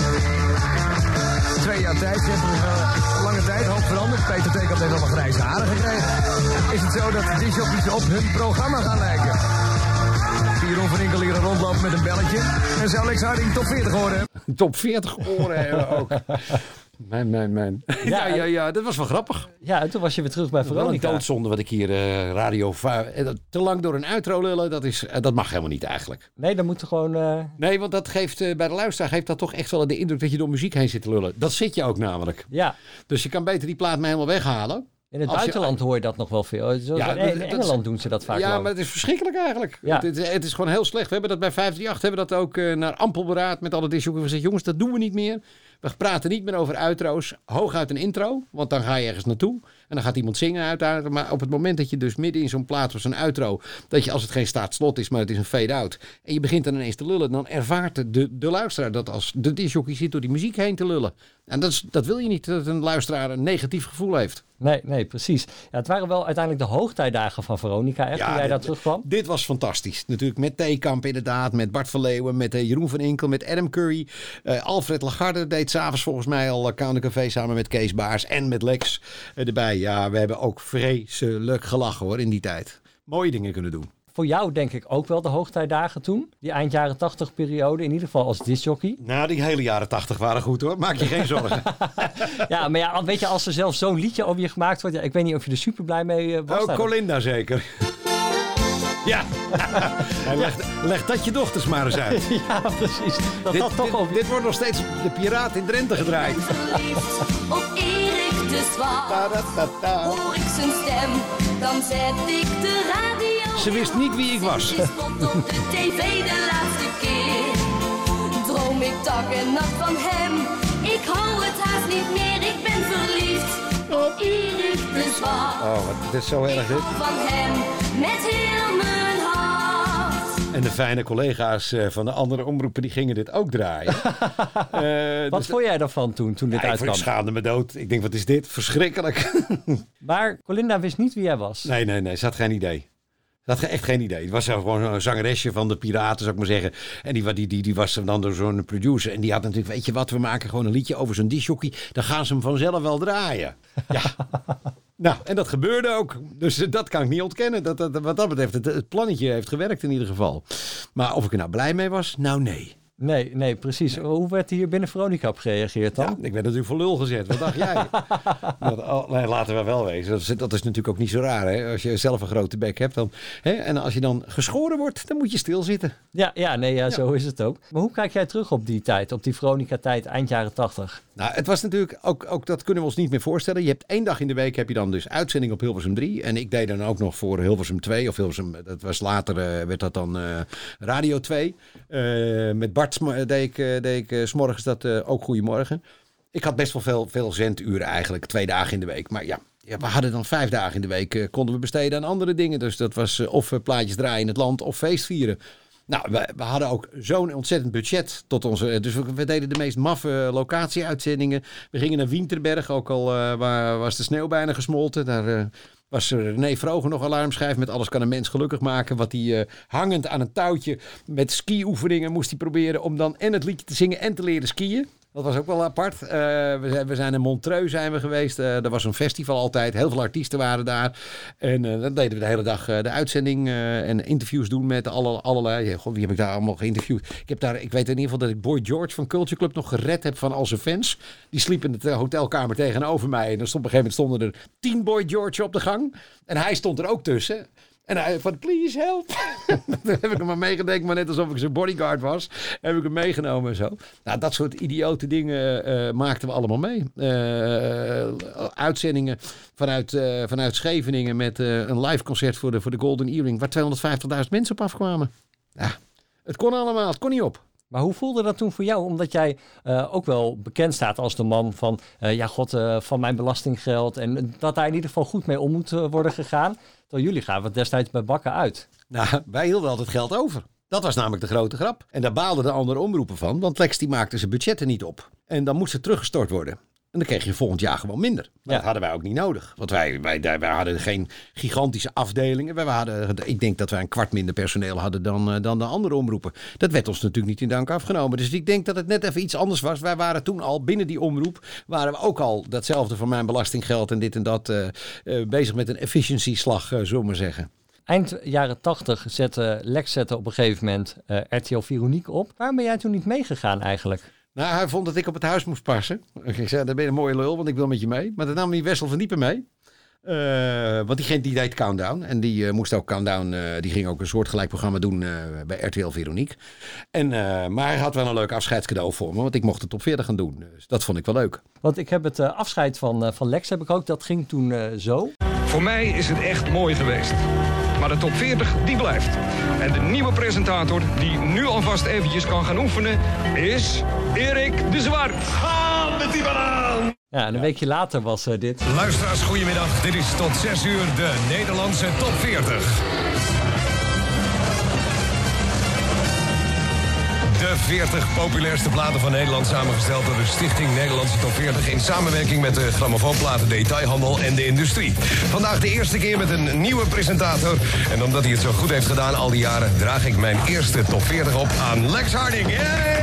S10: 2 jaar tijd. Ze hebben een lange tijd, hoop veranderd. Peter Theekamp heeft al een grijze haren gekregen. Is het zo dat de discjockeys op hun programma gaan lijken? Jeroen van Inkel hier rondlopen met een belletje. En zou Lex Harding top 40 horen?
S3: Top 40 oren hebben ook. Mijn. Ja, dat was wel grappig.
S2: Ja, en toen was je weer terug bij Veronica.
S3: Wel een doodzonde wat ik hier radio... te lang door een outro lullen, dat mag helemaal niet eigenlijk.
S2: Nee, dan moet er gewoon...
S3: Nee, want dat geeft bij de luisteraar geeft dat toch echt wel de indruk dat je door muziek heen zit te lullen. Dat zit je ook namelijk.
S2: Ja.
S3: Dus je kan beter die plaat maar helemaal weghalen.
S2: In het buitenland hoor je dat nog wel veel. In Engeland doen ze dat vaak.
S3: Ja, maar het is verschrikkelijk eigenlijk. Ja. Het is gewoon heel slecht. We hebben dat bij 538 hebben we dat ook naar Ampelberaad met alle disjockeys gezegd. Jongens, dat doen we niet meer. We praten niet meer over outro's. Hooguit een intro, want dan ga je ergens naartoe. En dan gaat iemand zingen uiteraard. Maar op het moment dat je dus midden in zo'n plaat of zo'n outro, dat je als het geen staat-slot is, maar het is een fade-out. En je begint dan ineens te lullen. Dan ervaart de luisteraar dat als de disjockey zit door die muziek heen te lullen. En dat wil je niet, dat een luisteraar een negatief gevoel heeft.
S2: Nee, precies. Ja, het waren wel uiteindelijk de hoogtijdagen van Veronica, toen jij daar terugkwam.
S3: Dit was fantastisch. Natuurlijk met Theekamp inderdaad, met Bart van Leeuwen, met Jeroen van Inkel, met Adam Curry. Alfred Lagarde deed s'avonds volgens mij al Count Café samen met Kees Baars en met Lex erbij. Ja, we hebben ook vreselijk gelachen hoor in die tijd. Mooie dingen kunnen doen.
S2: Voor jou denk ik ook wel de hoogtijdagen toen. Die eind jaren 80 periode, in ieder geval als discjockey.
S3: Nou, die hele jaren 80 waren goed hoor. Maak je geen zorgen.
S2: Ja, maar ja, weet je, als er zelfs zo'n liedje over je gemaakt wordt. Ja, ik weet niet of je er super blij mee was.
S3: Oh, Colinda zeker. Ja, leg dat je dochters maar eens uit.
S2: Ja, precies.
S3: Dit wordt nog steeds de Piraat in Drenthe gedraaid.
S12: Op Erik de Zwart. Hoor ik zijn stem, dan zet ik de radio.
S3: Ze wist niet wie ik was.
S12: Ze stond op de tv de laatste keer. Droom ik dag en nacht van hem. Ik hou het haast niet meer, ik ben verliefd op Erik de Zwart.
S3: Oh, dit is zo erg dit.
S12: Ik hou van hem met heel mijn hart.
S3: En de fijne collega's van de andere omroepen die gingen dit ook draaien.
S2: Wat vond jij daarvan toen dit uitkwam?
S3: Ik schaamde me dood. Ik denk, wat is dit? Verschrikkelijk.
S2: Maar Colinda wist niet wie jij was.
S3: Nee, ze had geen idee. Ze had echt geen idee. Het was gewoon een zangeresje van de Piraten, zou ik maar zeggen. En die was dan door zo'n producer. En die had natuurlijk, weet je wat, we maken gewoon een liedje over zo'n discjockey. Dan gaan ze hem vanzelf wel draaien. Ja. Nou, en dat gebeurde ook. Dus dat kan ik niet ontkennen. Wat dat betreft, het plannetje heeft gewerkt in ieder geval. Maar of ik er nou blij mee was? Nou, nee.
S2: Nee, precies. Nee. Hoe werd hier binnen Veronica op gereageerd dan?
S3: Ja, ik werd natuurlijk voor lul gezet. Wat dacht jij? Nee, laten we wel wezen. Dat is natuurlijk ook niet zo raar. Hè? Als je zelf een grote bek hebt. Dan, hè? En als je dan geschoren wordt, dan moet je stilzitten.
S2: Ja, zo is het ook. Maar hoe kijk jij terug op die tijd? Op die Veronica-tijd, eind jaren 80?
S3: Nou, het was natuurlijk, ook dat kunnen we ons niet meer voorstellen. Je hebt 1 dag in de week heb je dan dus uitzending op Hilversum 3. En ik deed dan ook nog voor Hilversum 2. Of Hilversum, dat was later, werd dat dan Radio 2. Met Bart deed ik 's morgens dat ook Goedemorgen. Ik had best wel veel zenduren eigenlijk, 2 dagen in de week. Maar ja, we hadden dan 5 dagen in de week konden we besteden aan andere dingen. Dus dat was of plaatjes draaien in het land of feestvieren. Nou, we hadden ook zo'n ontzettend budget tot onze. Dus we deden de meest maffe locatieuitzendingen. We gingen naar Winterberg, ook al was de sneeuw bijna gesmolten. Daar was René Vroger nog alarmschijf met Alles kan een mens gelukkig maken. Wat hij hangend aan een touwtje met ski-oefeningen moest hij proberen om dan en het liedje te zingen en te leren skiën. Dat was ook wel apart. We zijn in Montreux geweest. Er was een festival altijd. Heel veel artiesten waren daar. En dan deden we de hele dag de uitzending en interviews doen met allerlei. God, wie heb ik daar allemaal geïnterviewd? Ik weet in ieder geval dat ik Boy George van Culture Club nog gered heb van al zijn fans. Die sliep in de hotelkamer tegenover mij. En dan op een gegeven moment stonden er 10 Boy George op de gang. En hij stond er ook tussen. En hij van, please help. Toen heb ik hem maar meegedekt, maar net alsof ik zijn bodyguard was. Heb ik hem meegenomen en zo. Nou, dat soort idiote dingen maakten we allemaal mee. Uitzendingen vanuit Scheveningen met een live concert voor de Golden Earring. Waar 250.000 mensen op afkwamen. Ja, het kon allemaal, het kon niet op.
S2: Maar hoe voelde dat toen voor jou? Omdat jij ook wel bekend staat als de man van... van mijn belastinggeld. En dat daar in ieder geval goed mee om moet worden gegaan. Terwijl jullie gaven destijds bij bakken uit.
S3: Nou, wij hielden altijd geld over. Dat was namelijk de grote grap. En daar baalden de andere omroepen van. Want Lex die maakte zijn budgetten niet op. En dan moest het teruggestort worden. En dan kreeg je volgend jaar gewoon minder. Maar dat hadden wij ook niet nodig. Want wij hadden geen gigantische afdelingen. Ik denk dat wij 1/4 minder personeel hadden dan de andere omroepen. Dat werd ons natuurlijk niet in dank afgenomen. Dus ik denk dat het net even iets anders was. Wij waren toen al binnen die omroep. Waren we ook al datzelfde van mijn belastinggeld en dit en dat. Bezig met een efficiency-slag, zullen we maar zeggen.
S2: Eind jaren 80 zette Lex op een gegeven moment RTL Veronique op. Waarom ben jij toen niet meegegaan eigenlijk?
S3: Nou, hij vond dat ik op het huis moest passen. Ik zei, dan ben je een mooie lul, want ik wil met je mee. Maar dat nam niet Wessel van Diepen mee. Want die deed Countdown. En die moest ook Countdown... die ging ook een soortgelijk programma doen bij RTL Veronique. Maar hij had wel een leuk afscheidscadeau voor me. Want ik mocht de top 40 gaan doen. Dus dat vond ik wel leuk.
S2: Want ik heb het afscheid van Lex heb ik ook. Dat ging toen zo.
S6: Voor mij is het echt mooi geweest. Maar de top 40, die blijft. En de nieuwe presentator, die nu alvast eventjes kan gaan oefenen, is Erik de Zwart. Ga met die banaan!
S2: Ja, en een weekje later was dit.
S6: Luisteraars, goedemiddag. Dit is tot 6 uur de Nederlandse top 40. De 40 populairste platen van Nederland, samengesteld door de Stichting Nederlandse Top 40... in samenwerking met de grammofoonplaten Detailhandel en de industrie. Vandaag de eerste keer met een nieuwe presentator. En omdat hij het zo goed heeft gedaan al die jaren... draag ik mijn eerste Top 40 op aan Lex Harding. Yay!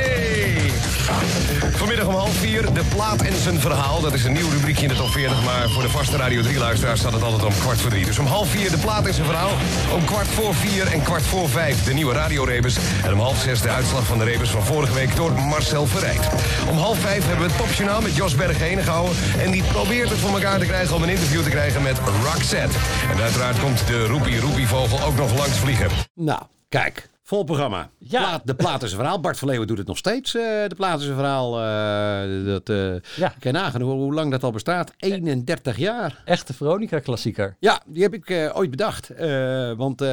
S6: Vanmiddag om 3:30 de plaat en zijn verhaal. Dat is een nieuw rubriekje in de top 40. Maar voor de vaste Radio 3-luisteraars staat het altijd om 3:15. Dus om 3:30 de plaat en zijn verhaal. Om 4:15 en 4:45 de nieuwe radiorebus. En om 5:30 de uitslag van de rebus van vorige week door Marcel Verrijt. Om 4:30 hebben we het topjournaal met Jos Berggene gehouden. En die probeert het voor elkaar te krijgen om een interview te krijgen met Roxette. En uiteraard komt de Roepie-Roepie-vogel ook nog langs vliegen.
S3: Nou, kijk. Vol programma.
S2: Ja.
S3: De plaat is een verhaal. Bart van Leeuwen doet het nog steeds. De plaat is een verhaal. Kan je nagaan hoe lang dat al bestaat. 31 jaar.
S2: Echte Veronica-klassieker.
S3: Ja, die heb ik ooit bedacht. Want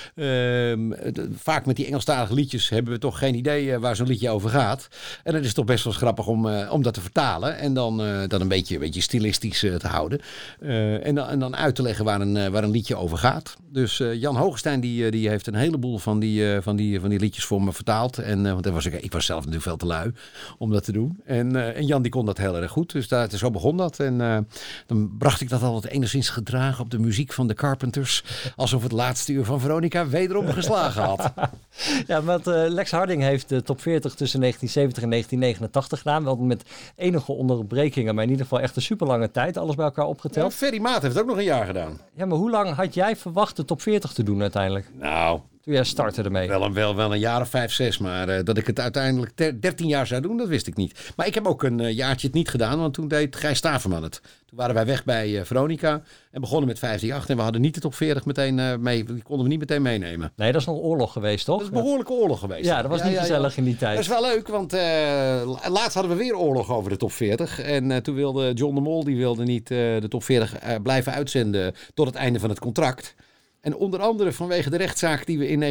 S3: vaak met die Engelstalige liedjes hebben we toch geen idee waar zo'n liedje over gaat. En het is toch best wel grappig om dat te vertalen. En dan een beetje stilistisch te houden. En dan uit te leggen waar een liedje over gaat. Dus Jan Hoogestein die heeft een heleboel van die liedjes voor me vertaald. Want ik was zelf natuurlijk veel te lui om dat te doen. En Jan die kon dat heel erg goed. Dus zo begon dat. En dan bracht ik dat altijd enigszins gedragen op de muziek van de Carpenters. Alsof het laatste uur van Veronica wederom geslagen had.
S2: Ja, want Lex Harding heeft de top 40 tussen 1970 en 1989 gedaan. Wel met enige onderbrekingen, maar in ieder geval echt een super lange tijd. Alles bij elkaar opgeteld.
S3: Ja, Ferry Maat heeft het ook nog een jaar gedaan.
S2: Ja, maar hoe lang had jij verwacht de top 40 te doen uiteindelijk?
S3: Nou...
S2: Toen jij startte ermee.
S3: Wel een jaar of 5, 6. Maar dat ik het uiteindelijk 13 jaar zou doen, dat wist ik niet. Maar ik heb ook een jaartje het niet gedaan. Want toen deed Gijs Staverman het. Toen waren wij weg bij Veronica. En begonnen met 538. En we hadden niet de top 40 meteen mee. Die konden we niet meteen meenemen.
S2: Nee, dat is nog oorlog geweest, toch?
S3: Dat is een behoorlijke oorlog geweest.
S2: Ja, dat was niet gezellig in die tijd.
S3: Dat is wel leuk, want laatst hadden we weer oorlog over de top 40. En toen wilde John de Mol, die wilde niet de top 40 blijven uitzenden tot het einde van het contract. En onder andere vanwege de rechtszaak die we in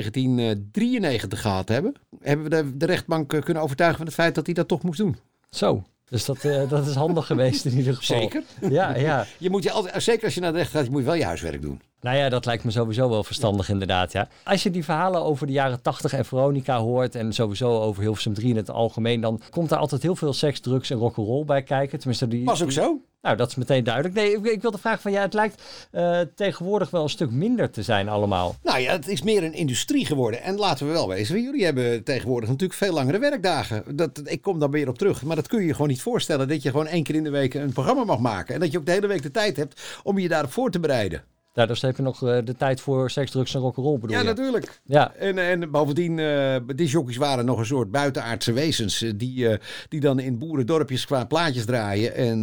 S3: 1993 gehad hebben we de rechtbank kunnen overtuigen van het feit dat hij dat toch moest doen.
S2: Zo, dus dat is handig geweest in ieder geval.
S3: Zeker.
S2: Ja.
S3: Je moet altijd, zeker als je naar de rechter gaat, moet je wel je huiswerk doen.
S2: Nou ja, dat lijkt me sowieso wel verstandig inderdaad, ja. Als je die verhalen over de jaren 80 en Veronica hoort en sowieso over Hilversum 3 in het algemeen, dan komt er altijd heel veel seks, drugs en rock'n'roll bij kijken. Tenminste,
S3: was ook zo?
S2: Nou, dat is meteen duidelijk. Nee, ik wilde vragen van, het lijkt tegenwoordig wel een stuk minder te zijn allemaal.
S3: Nou ja, het is meer een industrie geworden. En laten we wel wezen, jullie hebben tegenwoordig natuurlijk veel langere werkdagen. Ik kom daar weer op terug. Maar dat kun je je gewoon niet voorstellen, dat je gewoon 1 keer in de week een programma mag maken. En dat je ook de hele week de tijd hebt om je daarop voor te bereiden.
S2: Ja, dus heb je nog de tijd voor seks, drugs en rock'n'roll bedoel je?
S3: Ja, natuurlijk.
S2: Ja.
S3: En bovendien, die jockeys waren nog een soort buitenaardse wezens die dan in boerendorpjes qua plaatjes draaien. En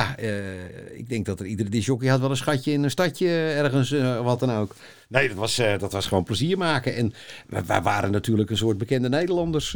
S3: ik denk dat iedere discjockey had wel een schatje in een stadje ergens, wat dan ook. Nee, dat was gewoon plezier maken. En wij waren natuurlijk een soort bekende Nederlanders.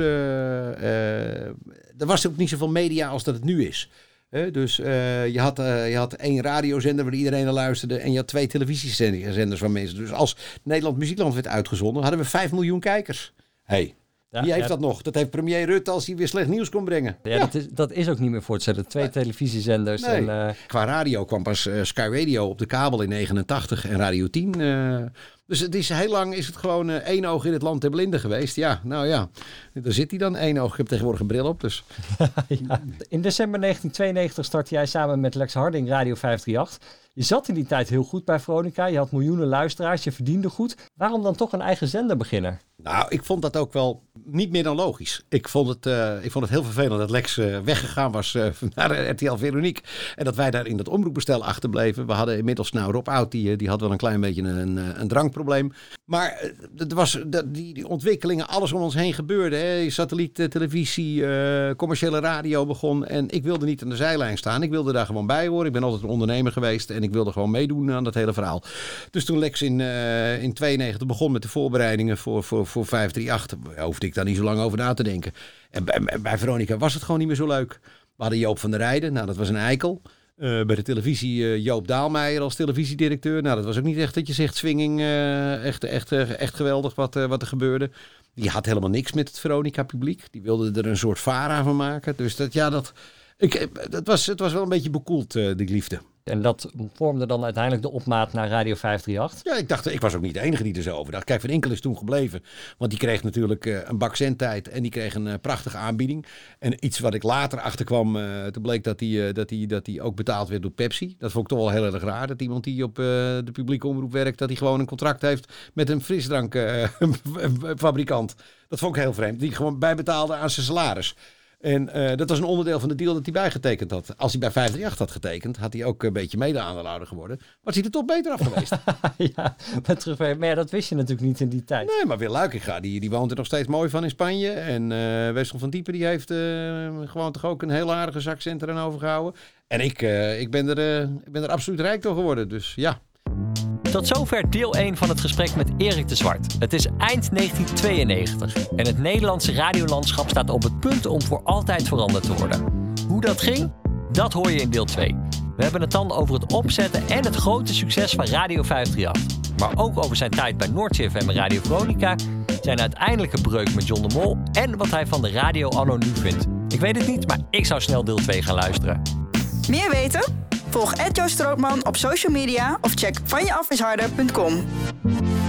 S3: Er was ook niet zoveel media als dat het nu is. Dus je had 1 radiozender waar iedereen naar luisterde en je had 2 televisiezenders van mensen. Dus als Nederland Muziekland werd uitgezonden, hadden we 5 miljoen kijkers. Wie heeft dat nog? Dat heeft premier Rutte als hij weer slecht nieuws kon brengen.
S2: Ja. Dat is ook niet meer voor te zetten. 2 televisiezenders.
S3: Nee.
S2: En,
S3: qua radio kwam pas Sky Radio op de kabel in 89 en Radio 10... Dus het is heel lang gewoon 1 oog in het land der blinden geweest. Ja, nou ja, daar zit hij dan 1 oog. Ik heb tegenwoordig een bril op, dus.
S2: Ja. In december 1992 startte jij samen met Lex Harding Radio 538. Je zat in die tijd heel goed bij Veronica. Je had miljoenen luisteraars, je verdiende goed. Waarom dan toch een eigen zender beginnen?
S3: Nou, ik vond dat ook wel niet meer dan logisch. Ik vond het heel vervelend dat Lex weggegaan was naar RTL Veronique. En dat wij daar in dat omroepbestel achterbleven. We hadden inmiddels Rob Oud, die had wel een klein beetje een drankprobleem. Maar die ontwikkelingen, alles om ons heen gebeurde. Hè. Satelliet, televisie, commerciële radio begon. En ik wilde niet aan de zijlijn staan. Ik wilde daar gewoon bij horen. Ik ben altijd een ondernemer geweest. En ik wilde gewoon meedoen aan dat hele verhaal. Dus toen Lex in 92 begon met de voorbereidingen voor 538... hoefde ik daar niet zo lang over na te denken. En bij Veronica was het gewoon niet meer zo leuk. We hadden Joop van der Rijden. Nou, dat was een eikel. Bij de televisie Joop Daalmeijer als televisiedirecteur. Nou, dat was ook niet echt dat je zegt swinging. Echt geweldig wat er gebeurde. Die had helemaal niks met het Veronica publiek. Die wilde er een soort vara van maken. Dus het was wel een beetje bekoeld, die liefde.
S2: En dat vormde dan uiteindelijk de opmaat naar Radio 538?
S3: Ja, ik was ook niet de enige die er zo over dacht. Kijk, Van Inkel is toen gebleven. Want die kreeg natuurlijk een bak zendtijd. En die kreeg een prachtige aanbieding. En iets wat ik later achterkwam, toen bleek dat hij ook betaald werd door Pepsi. Dat vond ik toch wel heel erg raar. Dat iemand die op de publieke omroep werkt, dat hij gewoon een contract heeft met een frisdrankfabrikant. Dat vond ik heel vreemd. Die gewoon bijbetaalde aan zijn salaris. En dat was een onderdeel van de deal dat hij bijgetekend had. Als hij bij 538 had getekend, had hij ook een beetje mede-aandeelhouder geworden. Was hij er toch beter af geweest.
S2: Maar dat wist je natuurlijk niet in die tijd.
S3: Nee, maar Wil Luikinga, die woont er nog steeds mooi van in Spanje. En Wessel van Diepen, die heeft gewoon toch ook een heel aardige zakcent eraan overgehouden. En ik ben er absoluut rijk door geworden, dus ja.
S2: Tot zover deel 1 van het gesprek met Erik de Zwart. Het is eind 1992 en het Nederlandse radiolandschap staat op het punt om voor altijd veranderd te worden. Hoe dat ging, dat hoor je in deel 2. We hebben het dan over het opzetten en het grote succes van Radio 538. Maar ook over zijn tijd bij Noordzee FM en Radio Veronica, zijn uiteindelijke breuk met John de Mol en wat hij van de radio anno nu vindt. Ik weet het niet, maar ik zou snel deel 2 gaan luisteren.
S1: Meer weten? Volg @Joost Strootman op social media of check vanjeafisharder.com.